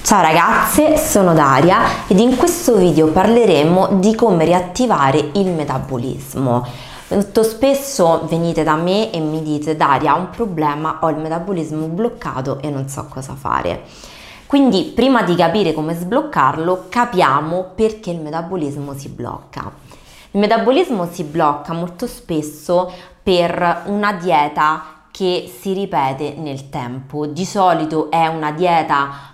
Ciao ragazze, sono Daria ed in questo video parleremo di come riattivare il metabolismo. Molto spesso venite da me e mi dite: Daria, ho un problema, ho il metabolismo bloccato e non so cosa fare. Quindi prima di capire come sbloccarlo, capiamo perché il metabolismo si blocca. Il metabolismo si blocca molto spesso per una dieta che si ripete nel tempo. Di solito è una dieta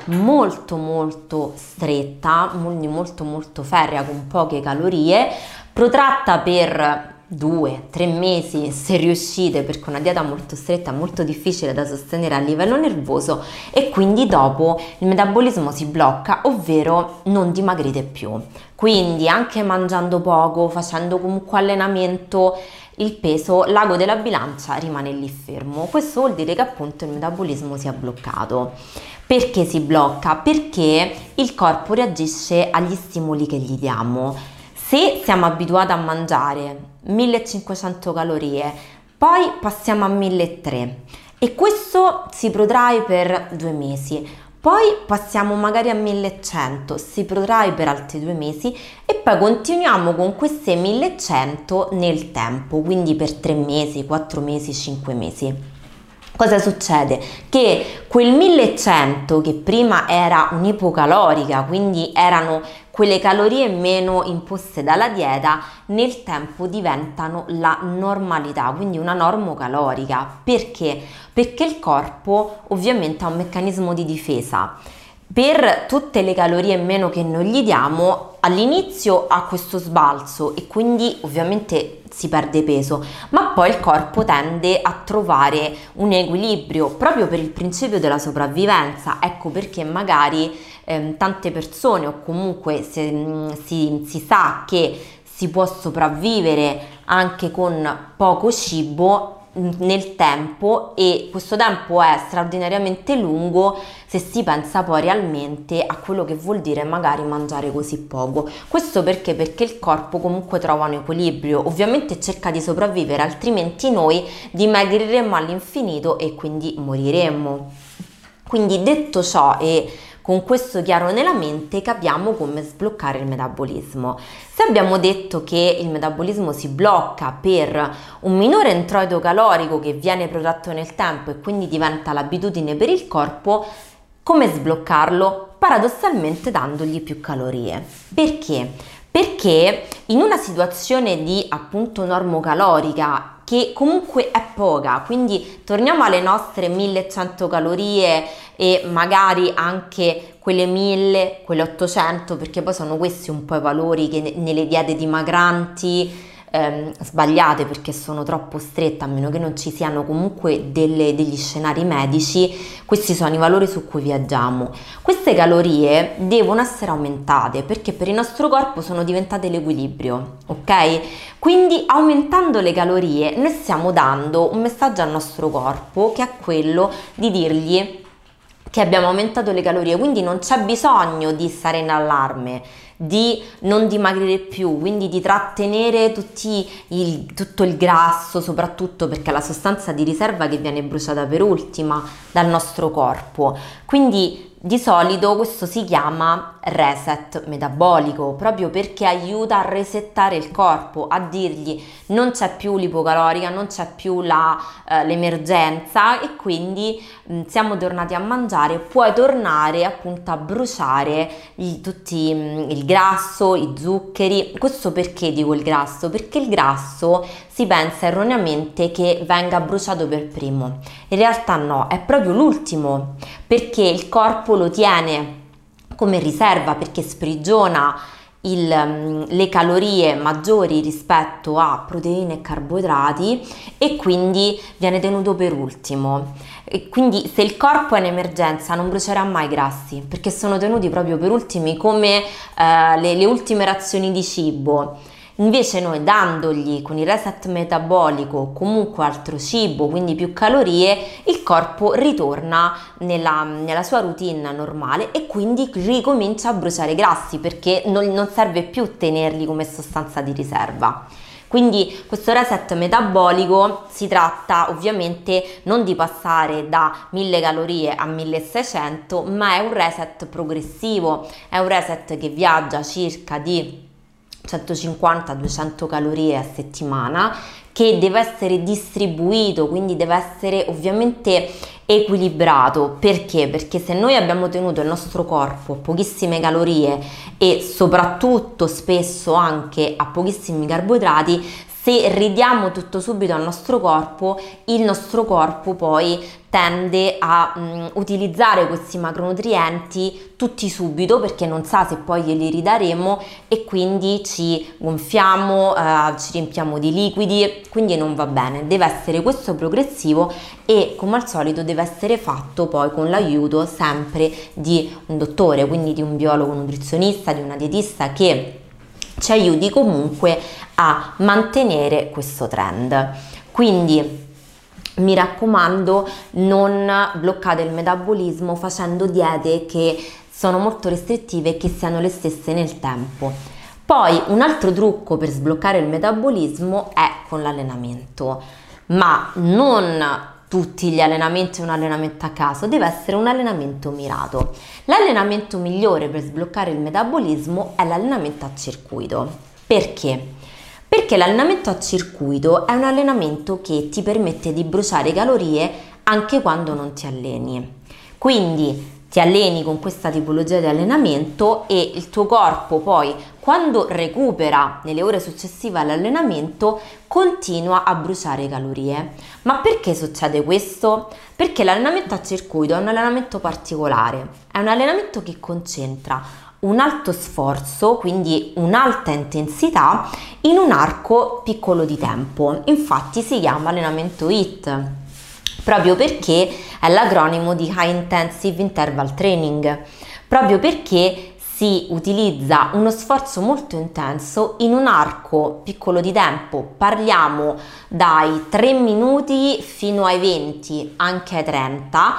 molto stretta, molto ferrea, con poche calorie, protratta per 2-3 mesi se riuscite, perché una dieta molto stretta è molto difficile da sostenere a livello nervoso, e quindi dopo il metabolismo si blocca, ovvero non dimagrite più. Quindi anche mangiando poco, facendo comunque allenamento, il peso, l'ago della bilancia rimane lì fermo. Questo vuol dire che appunto il metabolismo si è bloccato. Perché si blocca? Perché il corpo reagisce agli stimoli che gli diamo. Se siamo abituati a mangiare 1500 calorie, poi passiamo a 1300 e questo si protrae per 2 mesi. Poi passiamo magari a 1100, si protrae per altri 2 mesi e poi continuiamo con queste 1100 nel tempo, quindi per 3 mesi, 4 mesi, 5 mesi. Cosa succede? Che quel 1100 che prima era un'ipocalorica, quindi erano quelle calorie meno imposte dalla dieta, nel tempo diventano la normalità, quindi una normocalorica. Perché? Perché il corpo ovviamente ha un meccanismo di difesa. Per tutte le calorie in meno che non gli diamo, all'inizio ha questo sbalzo e quindi ovviamente si perde peso, ma poi il corpo tende a trovare un equilibrio proprio per il principio della sopravvivenza. Ecco perché magari tante persone, o comunque si sa che si può sopravvivere anche con poco cibo nel tempo, e questo tempo è straordinariamente lungo se si pensa poi realmente a quello che vuol dire magari mangiare così poco. Questo perché? Perché il corpo comunque trova un equilibrio, ovviamente cerca di sopravvivere, altrimenti noi dimagriremmo all'infinito e quindi moriremmo. Quindi detto ciò, e con questo chiaro nella mente, capiamo come sbloccare il metabolismo. Se abbiamo detto che il metabolismo si blocca per un minore introito calorico che viene prodotto nel tempo e quindi diventa l'abitudine per il corpo, come sbloccarlo? Paradossalmente dandogli più calorie. Perché? Perché in una situazione di appunto normocalorica, che comunque è poca, quindi torniamo alle nostre 1100 calorie e magari anche quelle 1000, quelle 800, perché poi sono questi un po' i valori che nelle diete dimagranti sbagliate, perché sono troppo strette, a meno che non ci siano comunque degli scenari medici, questi sono i valori su cui viaggiamo. Queste calorie devono essere aumentate perché per il nostro corpo sono diventate l'equilibrio, ok? Quindi aumentando le calorie noi stiamo dando un messaggio al nostro corpo, che è quello di dirgli che abbiamo aumentato le calorie, quindi non c'è bisogno di stare in allarme, di non dimagrire più, quindi di trattenere tutto il grasso, soprattutto perché è la sostanza di riserva che viene bruciata per ultima dal nostro corpo. Quindi di solito questo si chiama reset metabolico, proprio perché aiuta a resettare il corpo, a dirgli non c'è più l'ipocalorica, non c'è più l'emergenza, e quindi siamo tornati a mangiare, puoi tornare appunto a bruciare il grasso, i zuccheri. Questo perché dico il grasso? Perché il grasso si pensa erroneamente che venga bruciato per primo, in realtà no, è proprio l'ultimo, perché il corpo lo tiene come riserva, perché sprigiona le calorie maggiori rispetto a proteine e carboidrati, e quindi viene tenuto per ultimo. E quindi se il corpo è in emergenza non brucerà mai i grassi, perché sono tenuti proprio per ultimi, come le ultime razioni di cibo. Invece noi, dandogli con il reset metabolico o comunque altro cibo, quindi più calorie, il corpo ritorna nella sua routine normale e quindi ricomincia a bruciare i grassi, perché non serve più tenerli come sostanza di riserva. Quindi questo reset metabolico si tratta ovviamente non di passare da 1000 calorie a 1600, ma è un reset progressivo, è un reset che viaggia circa di 150-200 calorie a settimana, che deve essere distribuito, quindi deve essere ovviamente equilibrato. Perché? Perché se noi abbiamo tenuto il nostro corpo a pochissime calorie e soprattutto spesso anche a pochissimi carboidrati, se ridiamo tutto subito al nostro corpo, il nostro corpo poi tende a utilizzare questi macronutrienti tutti subito, perché non sa se poi glieli ridaremo, e quindi ci gonfiamo, ci riempiamo di liquidi, quindi non va bene. Deve essere questo progressivo e come al solito deve essere fatto poi con l'aiuto sempre di un dottore, quindi di un biologo nutrizionista, di una dietista, che ci aiuti comunque a mantenere questo trend. Quindi mi raccomando, non bloccate il metabolismo facendo diete che sono molto restrittive e che siano le stesse nel tempo. Poi un altro trucco per sbloccare il metabolismo è con l'allenamento, ma non tutti gli allenamenti, un allenamento a caso, deve essere un allenamento mirato. L'allenamento migliore per sbloccare il metabolismo è l'allenamento a circuito. Perché? Perché l'allenamento a circuito è un allenamento che ti permette di bruciare calorie anche quando non ti alleni. Quindi ti alleni con questa tipologia di allenamento e il tuo corpo poi, quando recupera nelle ore successive all'allenamento, continua a bruciare calorie. Ma perché succede questo? Perché l'allenamento a circuito è un allenamento particolare, è un allenamento che concentra un alto sforzo, quindi un'alta intensità, in un arco piccolo di tempo. Infatti si chiama allenamento HIIT, proprio perché è l'acronimo di High Intensive Interval Training, proprio perché si utilizza uno sforzo molto intenso in un arco piccolo di tempo. Parliamo dai 3 minuti fino ai 20, anche ai 30,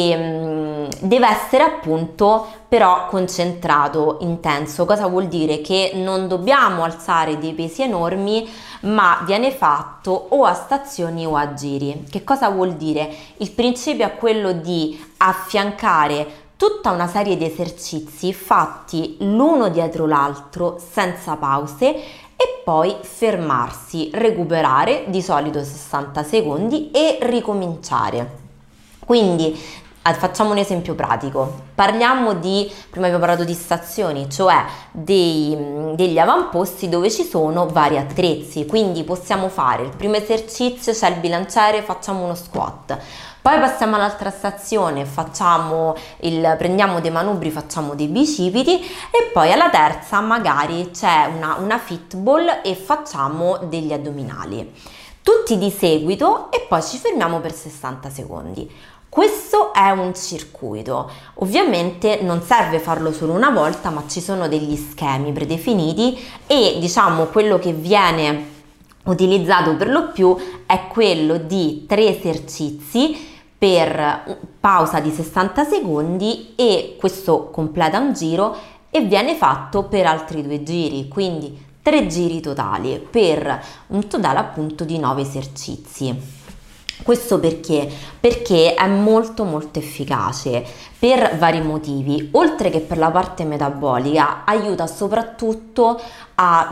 e deve essere appunto però concentrato, intenso. Cosa vuol dire? Che non dobbiamo alzare dei pesi enormi, ma viene fatto o a stazioni o a giri. Che cosa vuol dire? Il principio è quello di affiancare tutta una serie di esercizi fatti l'uno dietro l'altro senza pause e poi fermarsi, recuperare di solito 60 secondi e ricominciare. Quindi facciamo un esempio pratico, parliamo di, prima abbiamo parlato di stazioni, cioè degli avamposti dove ci sono vari attrezzi, quindi possiamo fare il primo esercizio, c'è il bilanciere, facciamo uno squat, poi passiamo all'altra stazione, prendiamo dei manubri, facciamo dei bicipiti, e poi alla terza magari c'è una fitball e facciamo degli addominali, tutti di seguito, e poi ci fermiamo per 60 secondi. Questo è un circuito. Ovviamente non serve farlo solo una volta, ma ci sono degli schemi predefiniti e diciamo quello che viene utilizzato per lo più è quello di 3 esercizi per pausa di 60 secondi, e questo completa un giro e viene fatto per altri 2 giri, quindi 3 giri totali per un totale appunto di 9 esercizi. Questo perché? Perché è molto efficace per vari motivi. Oltre che per la parte metabolica, aiuta soprattutto a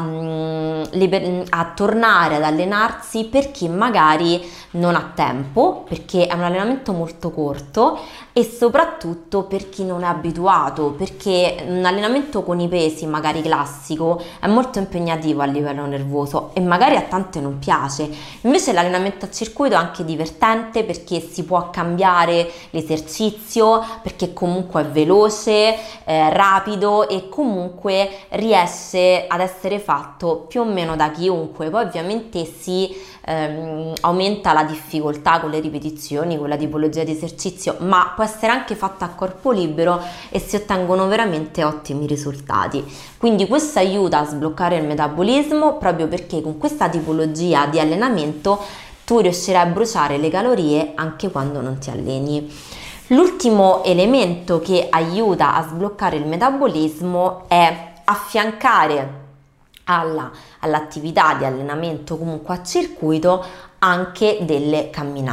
tornare ad allenarsi per chi magari non ha tempo, perché è un allenamento molto corto, e soprattutto per chi non è abituato, perché un allenamento con i pesi magari classico è molto impegnativo a livello nervoso e magari a tante non piace. Invece l'allenamento a circuito è anche divertente perché si può cambiare l'esercizio, perché comunque è veloce, rapido e comunque riesce ad essere fatto più o meno da chiunque. Poi ovviamente si aumenta la difficoltà con le ripetizioni, con la tipologia di esercizio, ma può essere anche fatta a corpo libero e si ottengono veramente ottimi risultati. Quindi questo aiuta a sbloccare il metabolismo, proprio perché con questa tipologia di allenamento tu riuscirai a bruciare le calorie anche quando non ti alleni. L'ultimo elemento che aiuta a sbloccare il metabolismo è affiancare all'attività di allenamento comunque a circuito anche delle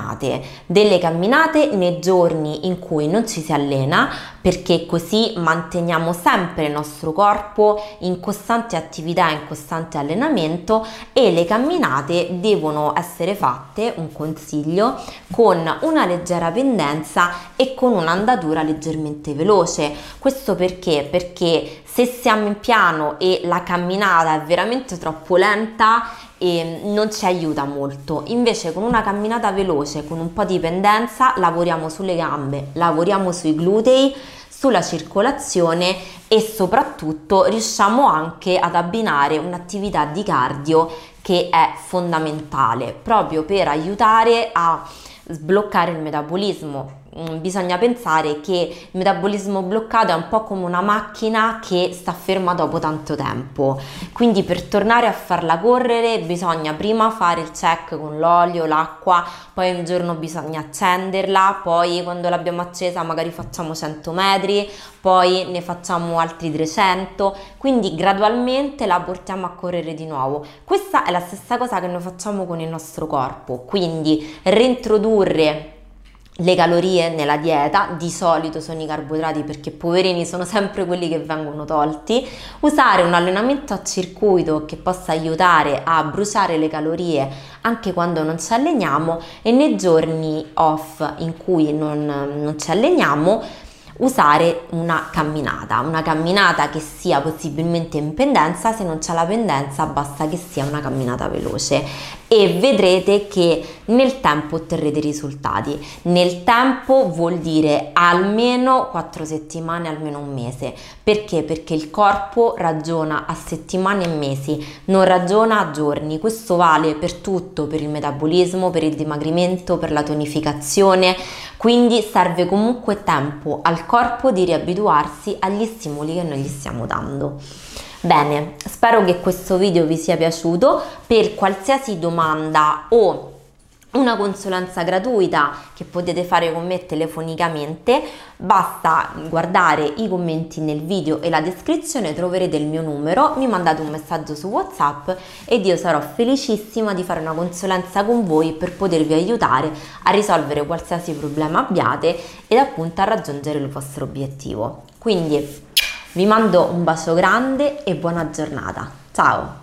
camminate nei giorni in cui non ci si allena, perché così manteniamo sempre il nostro corpo in costante attività, in costante allenamento, e le camminate devono essere fatte, un consiglio, con una leggera pendenza e con un'andatura leggermente veloce. Questo perché? Perché se siamo in piano e la camminata è veramente troppo lenta e non ci aiuta molto. Invece con una camminata veloce, con un po' di pendenza, lavoriamo sulle gambe, lavoriamo sui glutei, sulla circolazione e soprattutto riusciamo anche ad abbinare un'attività di cardio che è fondamentale proprio per aiutare a sbloccare il metabolismo. Bisogna pensare che il metabolismo bloccato è un po' come una macchina che sta ferma dopo tanto tempo, quindi per tornare a farla correre bisogna prima fare il check con l'olio, l'acqua, poi un giorno bisogna accenderla, poi quando l'abbiamo accesa magari facciamo 100 metri, poi ne facciamo altri 300, quindi gradualmente la portiamo a correre di nuovo. Questa è la stessa cosa che noi facciamo con il nostro corpo, quindi reintrodurre le calorie nella dieta, di solito sono i carboidrati perché poverini sono sempre quelli che vengono tolti, usare un allenamento a circuito che possa aiutare a bruciare le calorie anche quando non ci alleniamo, e nei giorni off in cui non ci alleniamo usare una camminata che sia possibilmente in pendenza. Se non c'è la pendenza basta che sia una camminata veloce e vedrete che nel tempo otterrete risultati. Nel tempo vuol dire almeno 4 settimane, almeno un mese. Perché? Perché il corpo ragiona a settimane e mesi, non ragiona a giorni. Questo vale per tutto, per il metabolismo, per il dimagrimento, per la tonificazione, quindi serve comunque tempo al corpo di riabituarsi agli stimoli che noi gli stiamo dando. Bene, spero che questo video vi sia piaciuto. Per qualsiasi domanda o una consulenza gratuita che potete fare con me telefonicamente, basta guardare i commenti nel video e la descrizione, troverete il mio numero, mi mandate un messaggio su WhatsApp ed io sarò felicissima di fare una consulenza con voi per potervi aiutare a risolvere qualsiasi problema abbiate ed appunto a raggiungere il vostro obiettivo. Quindi vi mando un bacio grande e buona giornata. Ciao!